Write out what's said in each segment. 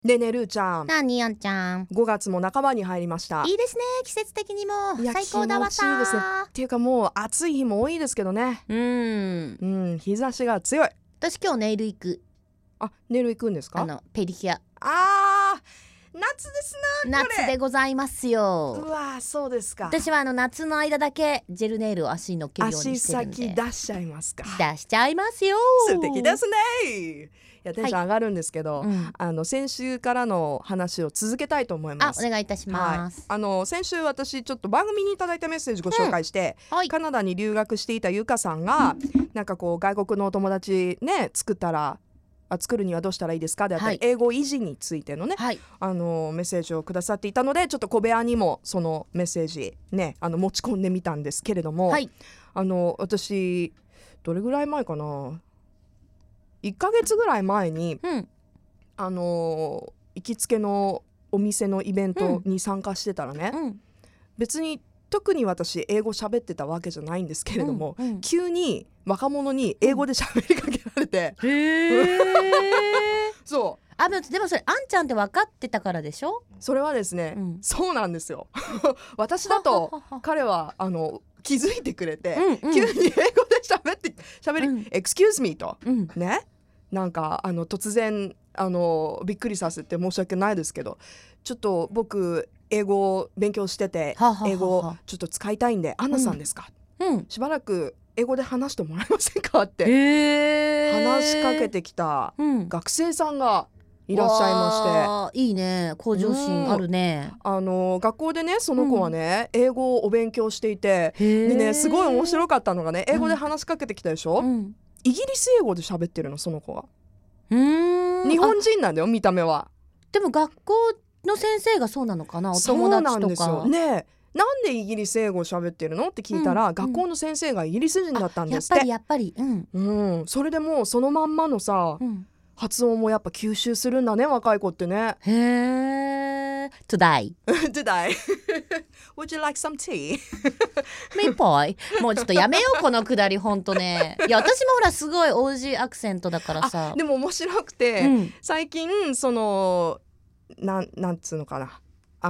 でねるーちゃん、 なにあんちゃん、 5月も半ばに入りました。 いいですね。季節的にもいや最高だわさ。 気持ちいいですね。っていうかもう暑い日も多いですけどね。日差しが強い。 私今日ネイル行く。 ネイル行くんですか？ ペディキュア。 夏ですな。 夏でございますよ。 うわそうですか。 私は夏の間だけジェルネイルを足に乗っけるようにしてるんで。 足先出しちゃいますか？ 出しちゃいますよ。 素敵ですね。いやテンション上がるんですけど、先週からの話を続けたいと思います。 お願いいたします。 先週私ちょっと番組にいただいたメッセージご紹介して、カナダに留学していたゆかさんが、なんかこう外国のお友達ね作るにはどうしたらいいですかであったり、英語維持についてのね、メッセージをくださっていたので、ちょっと小部屋にもそのメッセージね持ち込んでみたんですけれども、私どれぐらい前かな、1ヶ月ぐらい前に、行きつけのお店のイベントに参加してたらね、別に特に私英語喋ってたわけじゃないんですけれども、急に若者に英語で喋りかけられて、 そうでもそれあんちゃんって分かってたからでしょ？ それはですね、そうなんですよ私だと彼は気づいてくれて、急に英語で喋り、excuse me と、ね、なんか突然びっくりさせて申し訳ないですけど、ちょっと僕英語を勉強してて、英語をちょっと使いたいんで、アンナさんですか、しばらく英語で話してもらえませんかって話しかけてきた学生さんがいらっしゃいまして、 いいね、向上心あるね。 学校でねその子はね、英語をお勉強していて、でねすごい面白かったのがね、英語で話しかけてきたでしょ、イギリス英語で喋ってるの、その子が。日本人なんだよ、見た目は。 でも学校の先生がそうなのかな、お友達とか。 そうなんですよね。なんでイギリス英語を喋ってるのって聞いたら、学校の先生がイギリス人だったんですって。 やっぱり、 それでもうそのまんまのさ、発音もやっぱ吸収するんだね、若い子ってね。 へー。Today Would you like some tea? メイポイ。もうちょっとやめようこのくだり、ほんとね。いや私もほらすごい OG アクセントだからさ。 でも面白くて、最近そのなんつうのかな、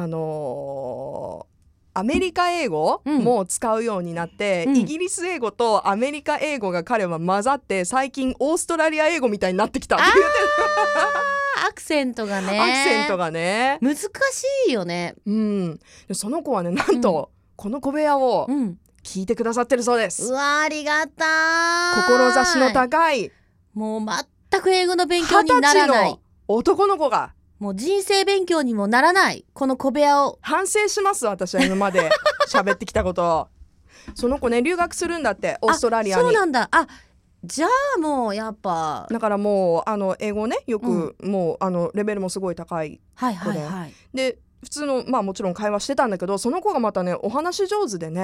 アメリカ英語も使うようになって、イギリス英語とアメリカ英語が彼は混ざって、最近オーストラリア英語みたいになってきたって言ってアクセントがね、難しいよね。 でその子はね、なんと、この小部屋を聞いてくださってるそうです。 うわありがたい。 志の高い、 もう全く英語の勉強にならない 20歳の男の子が、 もう人生勉強にもならないこの小部屋を反省します。私は今まで喋ってきたことをその子ね、留学するんだって、オーストラリアに。 そうなんだ。じゃあもうやっぱだからもう英語ねよく、もうレベルもすごい高い子で、で普通のもちろん会話してたんだけど、その子がまたねお話上手でね、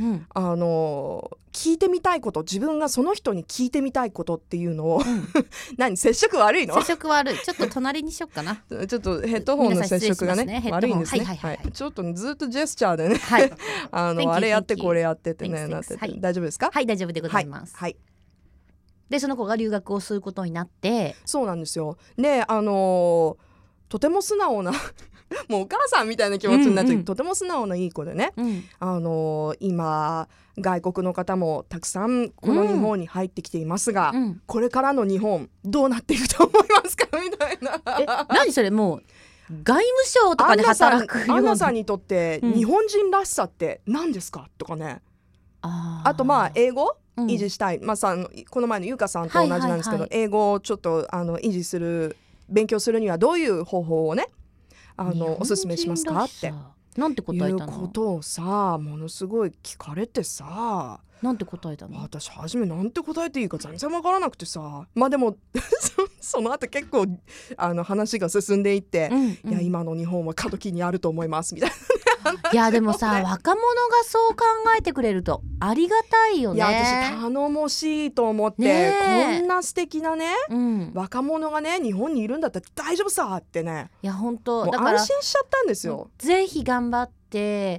聞いてみたいこと、自分がその人に聞いてみたいことっていうのを、何、接触悪いの？接触悪い。ちょっと隣にしよっかなちょっとヘッドホンの接触がね悪いんですね。ちょっとずっとジェスチャーでね、あれやってこれやってってねなってて、大丈夫ですか？ はい、大丈夫でございます。でその子が留学をすることになって。 そうなんですよ。でとても素直なもうお母さんみたいな気持ちになっちゃう、とても素直ないい子でね、今外国の方もたくさんこの日本に入ってきていますが、これからの日本どうなっていくと思いますかみたいな。 何それ、もう外務省とかで働くような。 アンナさんにとって日本人らしさって何ですかとかね、あと英語維持したい、この前のゆかさんと同じなんですけど、英語をちょっと維持する、勉強するにはどういう方法をねおすすめしますかってなんて答えたの？ いうことをさ、ものすごい聞かれてさ、 なんて答えたの？ 私初めなんて答えていいか全然わからなくてさ、でもその後結構話が進んでいって、いや今の日本は過渡期にあると思いますみたいな。 いやでもさ、若者がそう考えてくれるとありがたいよね。 いや私頼もしいと思って、こんな素敵なね、若者がね日本にいるんだったら大丈夫さってね。 いや本当だから安心しちゃったんですよ。 ぜひ頑張って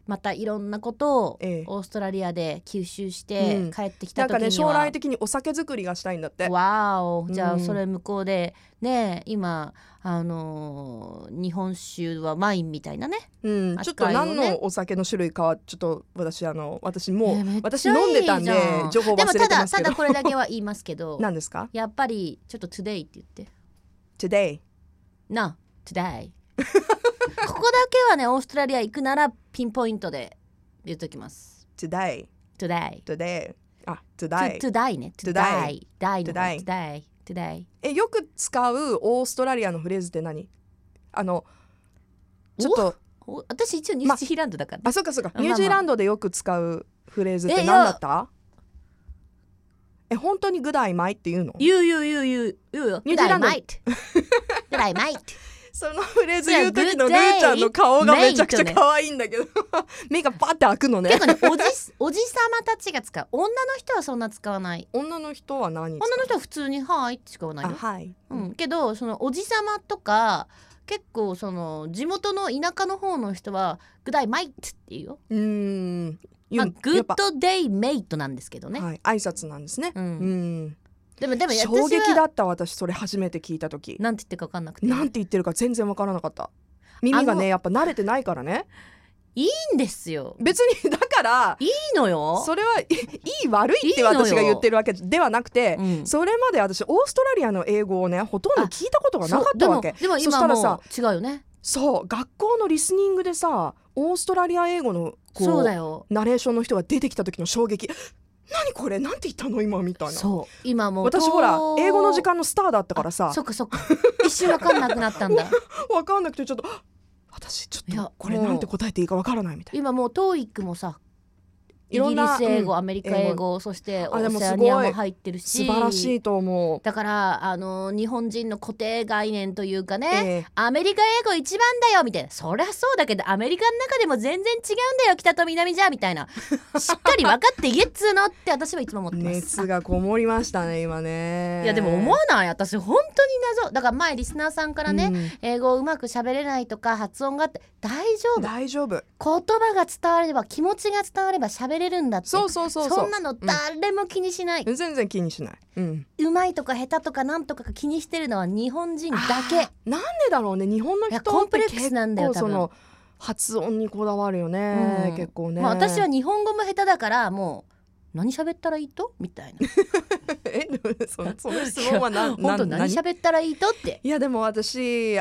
またいろんなことをオーストラリアで吸収して帰ってきた時には、 なんかね将来的にお酒作りがしたいんだって。 わお、じゃあそれ向こうでね今日本酒はワインみたいなね、 ちょっと何のお酒の種類かはちょっと私もう、私飲んでたんで情報忘れてますけど。 でもただこれだけは言いますけど何ですか？ やっぱりちょっと today って言って today No today ここだけはねオーストラリア行くならピンポイントで言っときます。 today あ today ね today よく使うオーストラリアのフレーズって何？ちょっと私一応ニュージーランドだから、ね、 そうかニュージーランドでよく使うフレーズって何だった？本当に Good day mate って言うの？ 言うよニュージーランドGood day mate そのフレーズ言う時のルーちゃんの顔がめちゃくちゃ可愛いんだけど目がパッて開くのね。 結構ねおじさまたちが使う。女の人はそんな使わない。 女の人は何使う？ 女の人は普通にはいって使わないよ。 はい、 けどそのおじさまとか結構その地元の田舎の方の人は Good day mate って言うよ。Good day mate なんですけどね、 挨拶なんですね。でも衝撃だった。私それ初めて聞いた時なんて言ってるか分かんなくて、 なんて言ってるか全然分からなかった。耳がねやっぱ慣れてないからね。 いいんですよ別に。だからいいのよ。 それはいい悪いって私が言ってるわけではなくて、それまで私オーストラリアの英語をねほとんど聞いたことがなかったわけ。 でも今もう違うよね。 そう学校のリスニングでさオーストラリア英語のそうだよナレーションの人が出てきた時の衝撃、何これなんて言ったの今みたいな。 そう今もう私ほら英語の時間のスターだったからさ。 そっか一瞬分かんなくなったんだ分かんなくてちょっと私ちょっとこれなんて答えていいか分からないみたいな。 今もう TOEIC もさイギリス英語、アメリカ英語、そしてオセアニアも入ってるし、 素晴らしいと思う。 だから日本人の固定概念というかね、アメリカ英語一番だよみたいな、そりゃそうだけどアメリカの中でも全然違うんだよ北と南じゃみたいなしっかり分かって言えっつうのって私はいつも思ってます。 熱がこもりましたね今ね。 いやでも思わない？私本当に謎だから前リスナーさんからね、英語をうまく喋れないとか発音があって大丈夫言葉が伝われば気持ちが伝われば喋れるんだって。そんなの誰も気にしない、 全然気にしない。 うまいとか下手とかなんとか気にしてるのは日本人だけ。 なんでだろうね。日本の人ってコンプレックスなんだよ多分。 その発音にこだわるよね、結構ね。 私は日本語も下手だからもう何喋ったらいいとみたいなその質問は本当何喋ったらいいとって。 いやでも私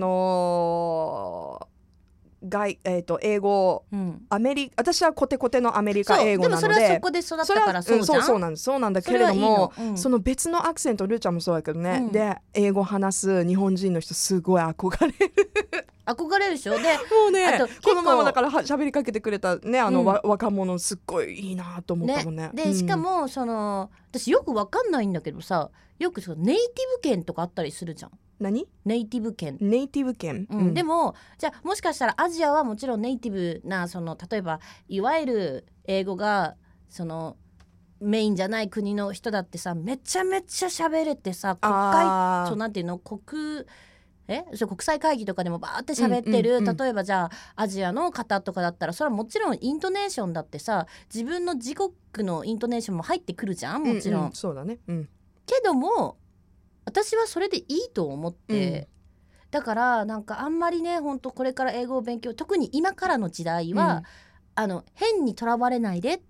英語、私はコテコテのアメリカ英語なので、 でもそれはそこで育ったからそうじゃん。 そうなんだけれども、その別のアクセント、ルーちゃんもそうだけどね、で英語話す日本人の人すごい憧れる憧れるでしょ。でもうねこのままだから喋りかけてくれたね若者すっごいいいなと思ったもんね。 でしかも私よく分かんないんだけどさ、よくネイティブ圏とかあったりするじゃん。 何？ ネイティブ圏。でもじゃあもしかしたらアジアはもちろんネイティブな例えばいわゆる英語がメインじゃない国の人だってさめちゃめちゃ喋れてさなんていうの国際会議とかでもバーって喋ってる、例えばじゃあアジアの方とかだったらそれはもちろんイントネーションだってさ自分の自国のイントネーションも入ってくるじゃんもちろん、 そうだね、 けども私はそれでいいと思って、だからなんかあんまりね本当これから英語を勉強特に今からの時代は、変にとらわれないでって、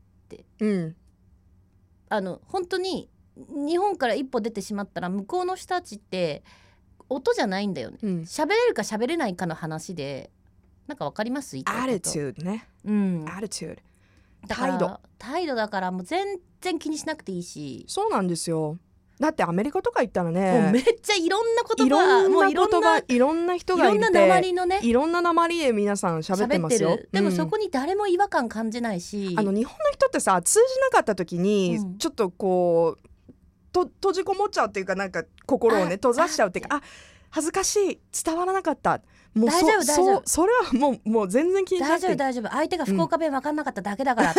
本当に日本から一歩出てしまったら向こうの人たちって音じゃないんだよね。喋れるか喋れないかの話でなんかわかります？ アティチュードね。アティチュード。態度だからもう全然気にしなくていいし。 そうなんですよ。だってアメリカとか行ったらねもうめっちゃいろんな言葉いろんな人がいていろんな訛りのねいろんな訛りで皆さん喋ってますよ。 でもそこに誰も違和感感じないし、 日本の人ってさ通じなかった時に、ちょっとこう閉じこもっちゃうっていうかなんか心をね閉ざしちゃうっていうか恥ずかしい伝わらなかったもう大丈夫それはもう全然気にしなくて大丈夫相手が福岡弁分かんなかっただけだから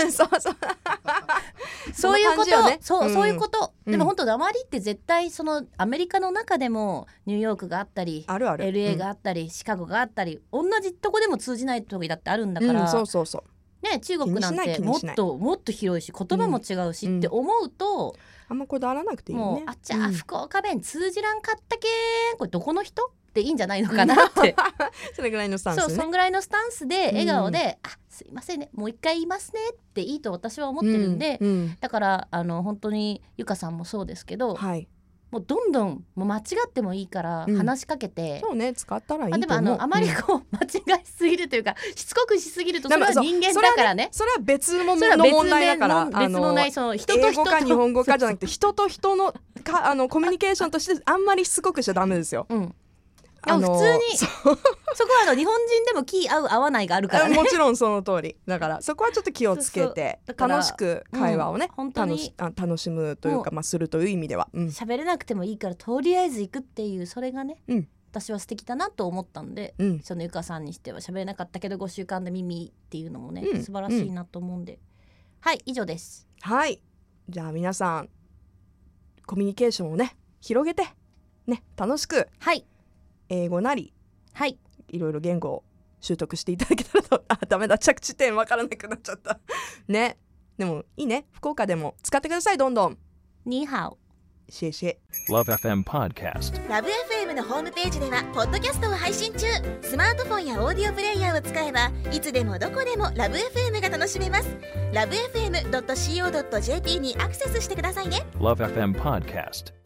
そういうこと、そういうこと、でも本当訛りって絶対アメリカの中でもニューヨークがあったりLA があったり、シカゴがあったり同じとこでも通じない時だってあるんだから、 ね、中国なんてもっと広いし言葉も違うしって思うと、 あんまこだわらなくていいね。 もうあっちゃ、福岡弁通じらんかったけー、これどこの人っていいんじゃないのかなってそれぐらいのスタンスね。 そう、そんぐらいのスタンスで笑顔で、あ、すいませんね、もう一回言いますねっていいと私は思ってるんで、だから本当にゆかさんもそうですけど、はい、もうどんどんもう間違ってもいいから話しかけて、 そうね、使ったらいいと思う。 でもあまりこう間違いすぎるというか、しつこくしすぎるとそれは人間だからね。 それは別の問題だから、 別の問題、その人と人と英語か日本語かじゃなくて人と人のコミュニケーションとしてあんまりしつこくしちゃダメですよ。 普通にそこは日本人でも気合う合わないがあるからね。 もちろんその通りだから、そこはちょっと気をつけて楽しく会話をね、楽しむというか、するという意味では喋れなくてもいいからとりあえず行くっていう、それがね、私は素敵だなと思ったんで、そのゆかさんにしては喋れなかったけど5週間で耳っていうのもね、素晴らしいなと思うんで、はい、以上です。 はい、じゃあ皆さんコミュニケーションをね広げてね、楽しく、はい、英語なり、はい、いろいろ言語を習得していただけたらと。ダメだ、着地点わからなくなっちゃったね。でもいいね、福岡でも使ってください、どんどん。 ニーハオ、 シェシェ。 LoveFM Podcast。 LoveFM のホームページではポッドキャストを配信中。スマートフォンやオーディオプレイヤーを使えばいつでもどこでも LoveFM が楽しめます。 LoveFM.co.jp にアクセスしてくださいね。 LoveFM Podcast。